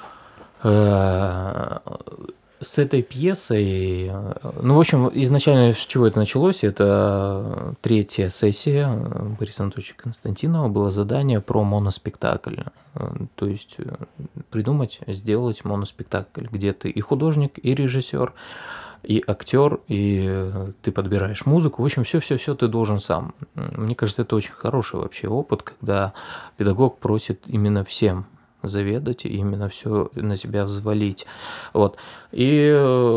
С этой пьесой, в общем, изначально с чего это началось, это 3-я сессия Бориса Анатольевича Константинова, было задание про моноспектакль, то есть придумать, сделать моноспектакль, где ты и художник, и режиссер, и актер, и ты подбираешь музыку, в общем, все ты должен сам. Мне кажется, это очень хороший вообще опыт, когда педагог просит именно всем заведать и именно все на себя взвалить. Вот. И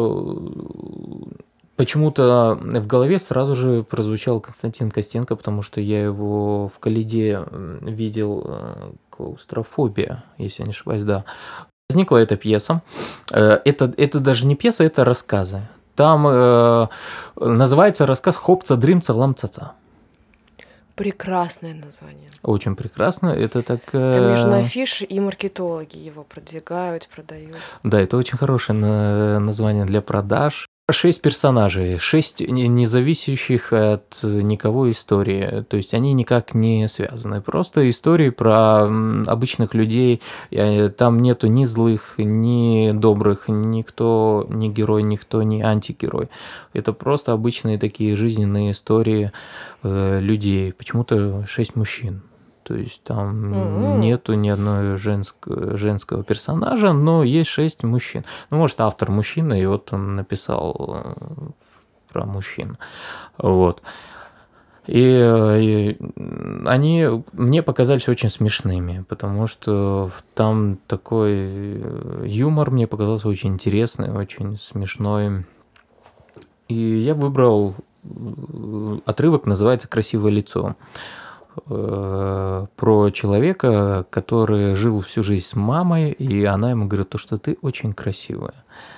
почему-то в голове сразу же прозвучал Константин Костенко, потому что я его в Калиде видел, «Клаустрофобия», если я не ошибаюсь, да. Возникла эта пьеса. Это даже не пьеса, это рассказы. Там называется рассказ «Хопца, дрымца, ламцаца». Прекрасное название. Очень прекрасно. Это так... Там же на афише и маркетологи его продвигают, продают. Да, это очень хорошее название для продаж. 6 персонажей, 6 независящих от никого истории. То есть они никак не связаны. Просто истории про обычных людей. Там нету ни злых, ни добрых, никто не герой, никто не антигерой. Это просто обычные такие жизненные истории людей. Почему-то 6 мужчин. То есть там нету ни одного женского персонажа, но есть 6 мужчин. Ну, может, автор мужчина, и вот он написал про мужчин. Вот. И они мне показались очень смешными, потому что там такой юмор мне показался очень интересный, очень смешной. И я выбрал отрывок, называется «Красивое лицо». Про человека, который жил всю жизнь с мамой, и она ему говорит, то, что ты очень красивая.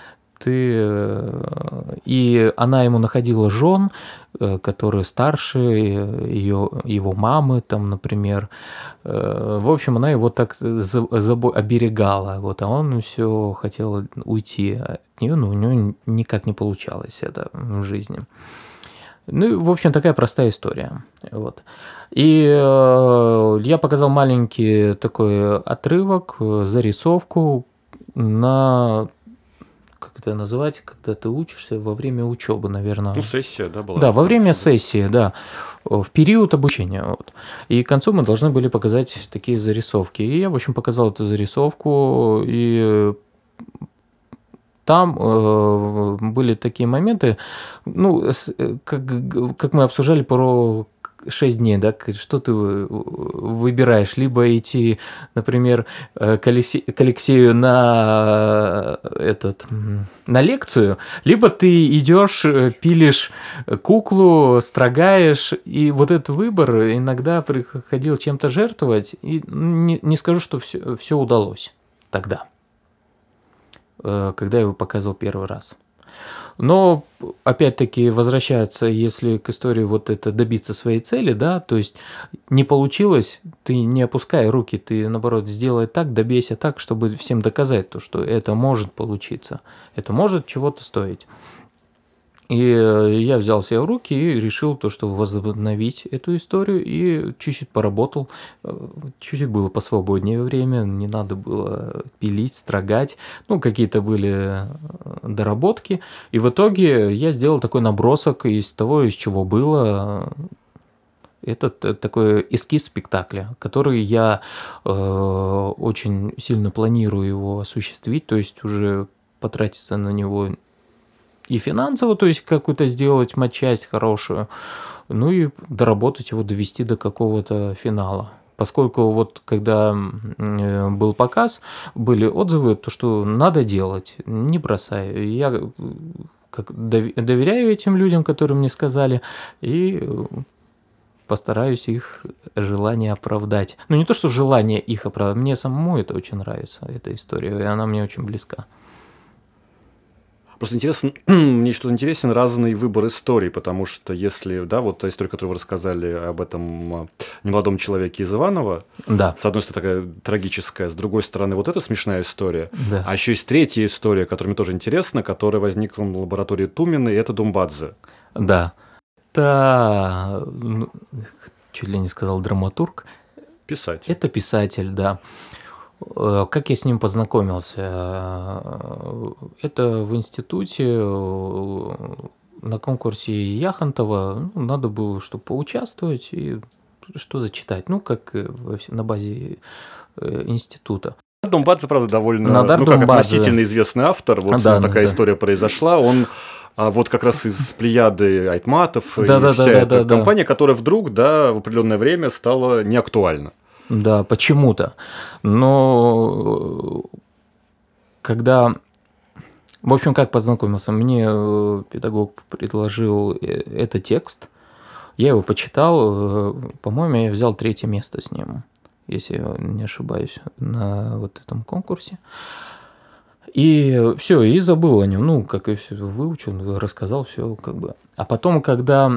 И она ему находила жен, которые старше его мамы, там, например. В общем, она его так оберегала, вот, а он все хотел уйти от нее, но у него никак не получалось это в жизни. Ну, в общем, такая простая история. Вот. И я показал маленький такой отрывок, зарисовку на... Как это называть, когда ты учишься во время учебы, наверное. Ну, сессия, да, была? Да, во время сессии, да, в период обучения. Вот. И к концу мы должны были показать такие зарисовки. И я, в общем, показал эту зарисовку, и там были такие моменты, ну, как мы обсуждали про 6 дней, да, что ты выбираешь? Либо идти, например, к Алексею на лекцию, либо ты идешь, пилишь куклу, строгаешь, и вот этот выбор иногда приходил чем-то жертвовать, и не скажу, что все удалось тогда, когда я его показывал первый раз. Но, опять-таки, возвращается, если к истории вот это добиться своей цели, да, то есть не получилось, ты не опускай руки, ты, наоборот, сделай так, добейся так, чтобы всем доказать то, что это может получиться, это может чего-то стоить. И я взял себя в руки и решил то, что возобновить эту историю, и чуть-чуть поработал, чуть-чуть было посвободнее время, не надо было пилить, строгать, ну, какие-то были доработки, и в итоге я сделал такой набросок из того, из чего было. Это такой эскиз спектакля, который я очень сильно планирую его осуществить, то есть уже потратиться на него и финансово, то есть какую-то сделать матчасть хорошую, ну и доработать его, довести до какого-то финала. Поскольку вот когда был показ, были отзывы, то что надо делать, не бросай. Я доверяю этим людям, которые мне сказали, и постараюсь их желание оправдать. Ну не то, что желание их оправдать, мне самому это очень нравится, эта история, и она мне очень близка. Просто интересно, мне что интересен разный выбор историй, потому что если, да, вот та история, которую вы рассказали об этом немолодом человеке из Иваново, да. С одной стороны такая трагическая, с другой стороны вот эта смешная история, да. А еще есть третья история, которая мне тоже интересна, которая возникла в лаборатории Тумина, и это Думбадзе. Да, это, чуть ли не сказал драматург. Писатель. Это писатель, да. Как я с ним познакомился? Это в институте на конкурсе Яхонтова, надо было, чтобы поучаствовать и что-то читать, как на базе института. Думбадзе, правда, довольно Надар как Думбадзе. относительно известный автор. Вот такая история произошла. Он вот как раз из плеяды Айтматов и вся эта компания, которая вдруг, в определенное время стала неактуальна. Да, почему-то. Но когда... В общем, как познакомился? Мне педагог предложил этот текст. Я его почитал. По-моему, я взял 3-е место с ним, если я не ошибаюсь, на вот этом конкурсе. И все, и забыл о нем. Как и все, выучил, рассказал все, как бы. А потом, когда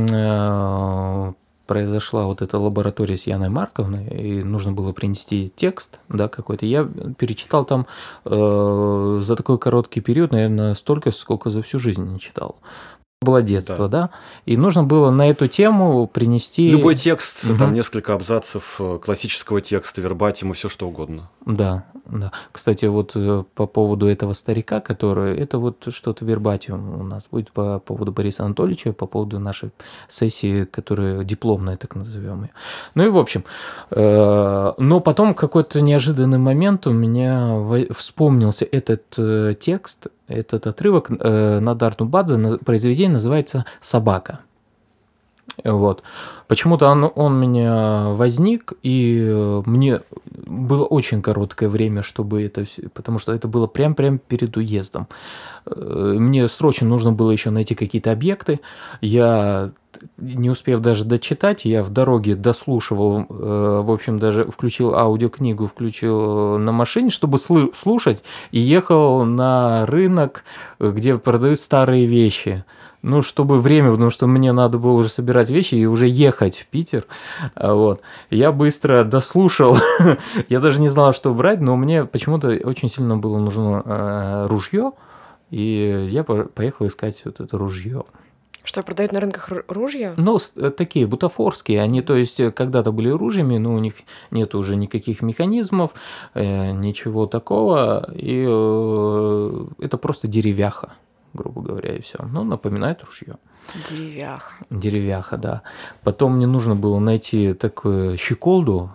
произошла вот эта лаборатория с Яной Марковной, и нужно было принести текст, какой-то. Я перечитал там за такой короткий период, наверное, столько, сколько за всю жизнь не читал. Было детство, да, и нужно было на эту тему принести... Любой текст, там несколько абзацев классического текста, вербатима, все что угодно. Да. Кстати, вот по поводу этого старика, который... Это вот что-то вербатиум у нас будет по поводу Бориса Анатольевича, по поводу нашей сессии, которая дипломная, так назовем ее. И в общем... Но потом какой-то неожиданный момент у меня вспомнился этот текст, этот отрывок Надар Думбадзе, произведение называется «Собака». Вот. Почему-то он у меня возник, и мне было очень короткое время, чтобы это все, потому что это было прям перед уездом. Мне срочно нужно было еще найти какие-то объекты. Я, не успев даже дочитать, я в дороге дослушивал, в общем, даже включил аудиокнигу, включил на машине, чтобы слушать, и ехал на рынок, где продают старые вещи. Чтобы время, потому что мне надо было уже собирать вещи и уже ехать в Питер. Вот. Я быстро дослушал. Я даже не знал, что брать, но мне почему-то очень сильно было нужно ружье, и я поехал искать вот это ружье. Что, продают на рынках ружья? Такие бутафорские. Они, то есть, когда-то были ружьями, но у них нет уже никаких механизмов, ничего такого. И это просто деревяха, грубо говоря, и все. Напоминает ружье. Деревяха, да. Потом мне нужно было найти такую щеколду,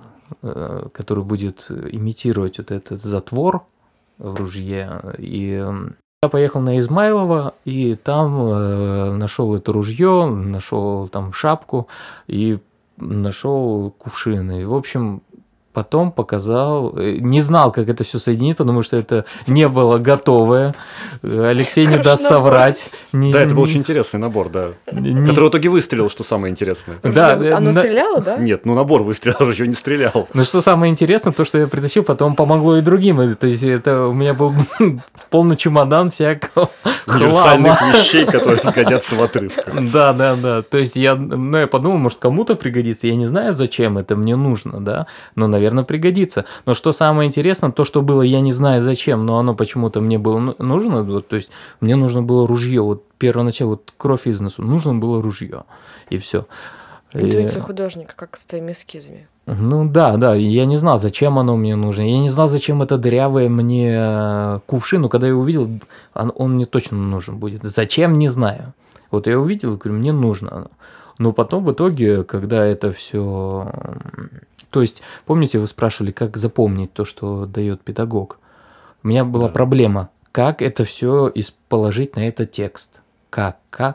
который будет имитировать вот этот затвор в ружье. И Я поехал на Измайлово, и там нашел это ружье, нашел там шапку и нашел кувшины. И, в общем, потом показал, не знал, как это все соединить, потому что это не было готовое. Алексей не даст соврать. Да, это был очень интересный набор, да. Который в итоге выстрелил, что самое интересное. Да, Оно стреляло, да? Нет, ну набор выстрелил, ружье не стрелял. Но что самое интересное, то, что я притащил, потом помогло и другим. То есть это у меня был полный чемодан всякого Универсальных хлама. вещей, которые сгодятся в отрывках. Да. То есть я подумал, может, кому-то пригодится. Я не знаю, зачем это мне нужно, да. Но, наверное, пригодится. Но что самое интересное, то, что было, я не знаю зачем, но оно почему-то мне было нужно. Вот, то есть мне нужно было ружье. Вот первоначально, вот кровь из носу, нужно было ружье. И все. Интуиция художника, как с твоими эскизами. Ну да, я не знал, зачем оно мне нужно. Я не знал, зачем это дырявое мне кувшин. Но когда я увидел, он мне точно нужен будет. Зачем, не знаю. Вот я увидел и говорю, мне нужно оно. Но потом в итоге, когда это все... То есть, помните, вы спрашивали, как запомнить то, что дает педагог? У меня была проблема, как это все положить на этот текст. Как?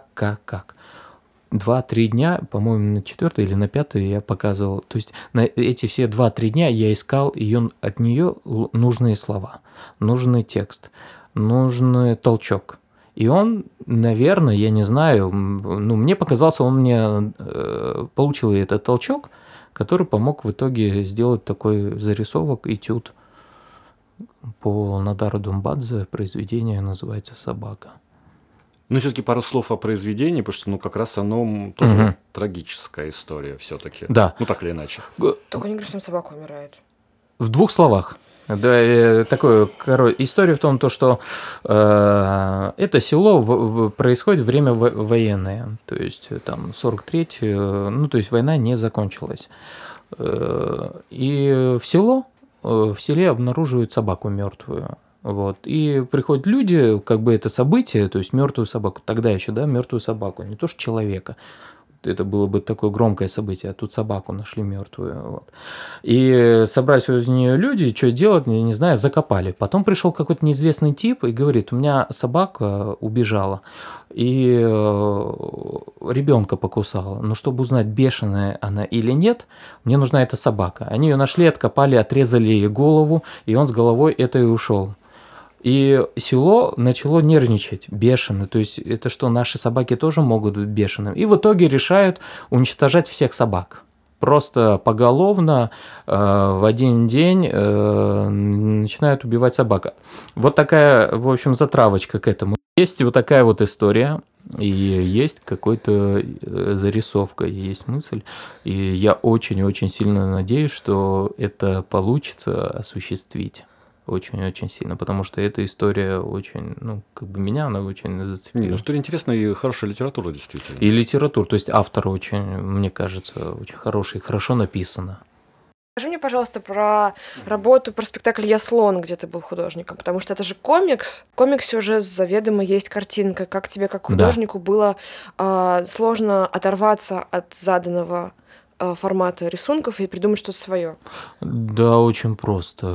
2-3 дня, по-моему, на 4 или на 5 я показывал. То есть на эти все 2-3 дня я искал от нее нужные слова, нужный текст, нужный толчок. И он, наверное, я не знаю, мне показался, он мне получил этот толчок, который помог в итоге сделать такой зарисовок, этюд по Надару Думбадзе. Произведение называется «Собака». Ну, все-таки пару слов о произведении, потому что, как раз оно тоже трагическая история все-таки. Да. Ну, так или иначе. Только не говори, что там собака умирает. В 2 словах. Да, такое, история в том, что это село происходит в время военное, то есть там 43-й, то есть война не закончилась. И в селе обнаруживают собаку мертвую. Вот. И приходят люди, как бы это событие, то есть мертвую собаку, тогда еще, да, мертвую собаку, не то что человека. Это было бы такое громкое событие, а тут собаку нашли мертвую. Вот. И собрались возле нее люди, что делать, я не знаю, закопали. Потом пришел какой-то неизвестный тип и говорит, у меня собака убежала и ребенка покусала. Но чтобы узнать, бешеная она или нет, мне нужна эта собака. Они ее нашли, откопали, отрезали ей голову, и он с головой это и ушел. И село начало нервничать, бешено. То есть это что, наши собаки тоже могут быть бешеными? И в итоге решают уничтожать всех собак. Просто поголовно в один день начинают убивать собак. Вот такая, в общем, затравочка к этому. Есть вот такая вот история, и есть какая-то зарисовка, есть мысль. И я очень-очень сильно надеюсь, что это получится осуществить. Очень-очень сильно, потому что эта история очень, меня она очень зацепила. История интересная и хорошая литература, действительно. И литература, то есть автор очень, мне кажется, очень хороший, хорошо написано. Скажи мне, пожалуйста, про работу, про спектакль «Я слон», где ты был художником, потому что это же комикс. В комиксе уже заведомо есть картинка. Как тебе, как художнику, было сложно оторваться от заданного формата рисунков и придумать что-то свое? Да, очень просто.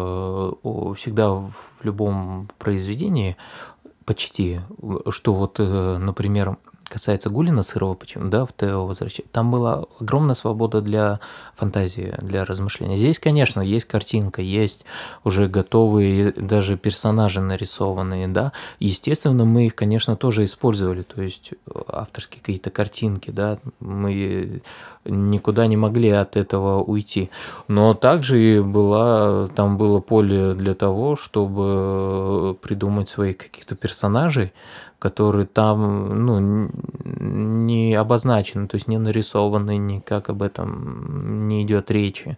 Всегда в любом произведении почти, что вот, например, касается Гулина Сырова, почему, да, в ТО возвращать, там была огромная свобода для фантазии, для размышления. Здесь, конечно, есть картинка, есть уже готовые даже персонажи нарисованные, да. Естественно, мы их, конечно, тоже использовали, то есть авторские какие-то картинки, да, мы никуда не могли от этого уйти. Но также там было поле для того, чтобы придумать своих каких-то персонажей, которые там, не обозначены, то есть не нарисованы, никак об этом не идет речи.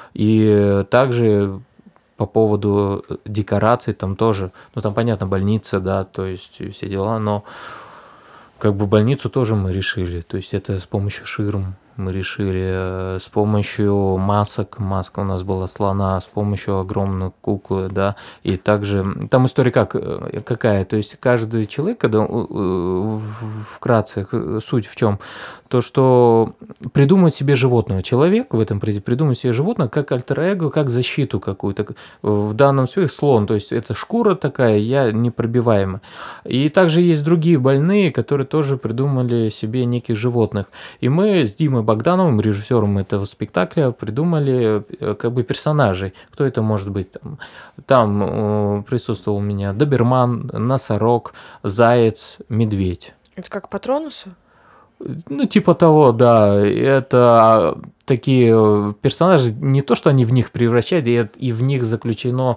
И также по поводу декораций там тоже, там понятно, больница, да, то есть все дела, но как бы больницу тоже мы решили, то есть это с помощью ширм мы решили с помощью масок. Маска у нас была слона, с помощью огромной куклы, да. И также там история какая? То есть каждый человек, когда вкратце суть в чем? То, что придумать себе животного. Человек в этом придумать себе животное как альтер-эго, как защиту какую-то. В данном случае слон, то есть это шкура такая, я непробиваемая. И также есть другие больные, которые тоже придумали себе неких животных. И мы с Димой Богдановым, режиссером этого спектакля, придумали как бы персонажей. Кто это может быть? Там присутствовал у меня доберман, носорог, заяц, медведь. Это как Патронусы? Ну, типа того, да. Это такие персонажи, не то, что они в них превращают, и в них заключено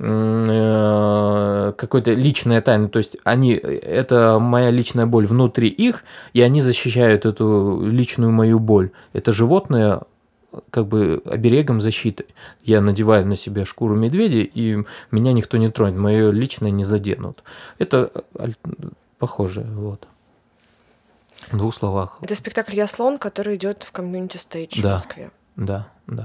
какая-то личная тайна. То есть это моя личная боль внутри их, и они защищают эту личную мою боль. Это животное как бы оберегом защиты. Я надеваю на себя шкуру медведя, и меня никто не тронет, мое личное не заденут. Это похоже, вот. В 2 словах. Это спектакль «Я слон», который идет в комьюнити стейдж в Москве. Да.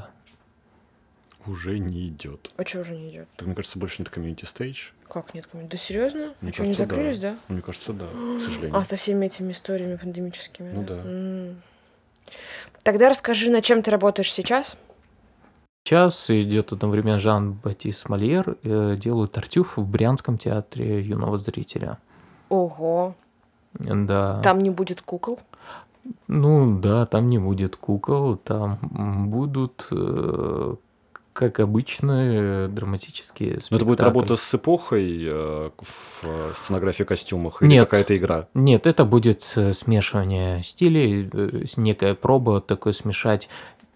Уже не идет. А что уже не идет? Так, мне кажется, больше нет комьюнити стейдж. Как нет комьюнити? Да серьезно? Мне Что, не закрылись, да? Мне кажется, да, к сожалению. Со всеми этими историями пандемическими. Ну да. Тогда расскажи, над чем ты работаешь сейчас? Сейчас идет одновременно Жан-Батист Мольер, делают Тартюф в Брянском театре юного зрителя. Ого. Да. Там не будет кукол? Ну да, там не будет кукол, там будут, как обычно, драматические спектакли. Но это будет работа с эпохой в сценографии, костюмах или какая-то игра? Нет, это будет смешивание стилей, некая проба такой смешать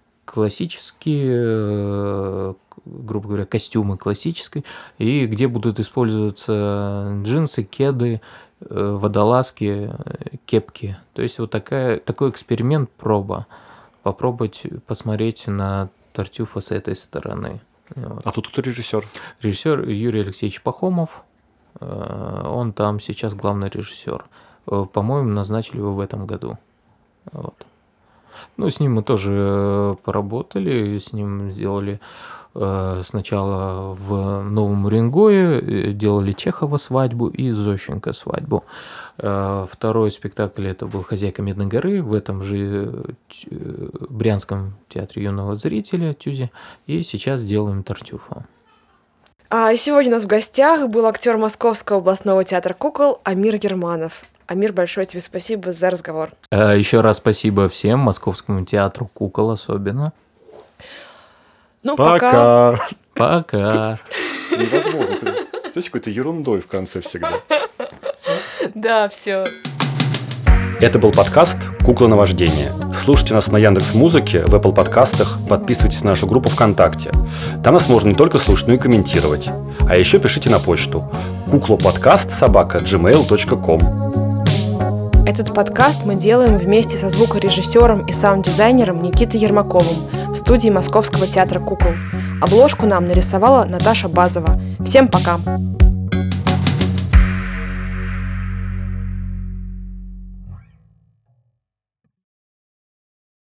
классические, грубо говоря, костюмы классической, и где будут использоваться джинсы, кеды, водолазки, кепки. То есть вот такой эксперимент, проба. Попробовать посмотреть на Тартюфа с этой стороны. Вот. А тут кто режиссер? Режиссер Юрий Алексеевич Пахомов. Он там сейчас главный режиссер. По-моему, назначили его в этом году. Вот. Ну, с ним мы тоже поработали, с ним сделали сначала в Новом Уренгое, делали Чехова свадьбу и Зощенко свадьбу. Второй спектакль это был «Хозяйка Медной горы» в этом же Брянском театре юного зрителя Тюзе. И сейчас делаем Тартюфа. И сегодня у нас в гостях был актер Московского областного театра кукол Амир Германов. Амир, большое тебе спасибо за разговор. Еще раз спасибо всем, Московскому театру кукол особенно. Ну, пока. Пока. Невозможно. Знаешь, какой-то ерундой в конце всегда. Да, все. Это был подкаст «Кукла наваждения». Слушайте нас на Яндекс.Музыке, в Apple подкастах, подписывайтесь на нашу группу ВКонтакте. Там нас можно не только слушать, но и комментировать. А еще пишите на почту kuklopodcast@gmail.com. Этот подкаст мы делаем вместе со звукорежиссером и саунд-дизайнером Никитой Ермаковым в студии Московского театра кукол. Обложку нам нарисовала Наташа Базова. Всем пока!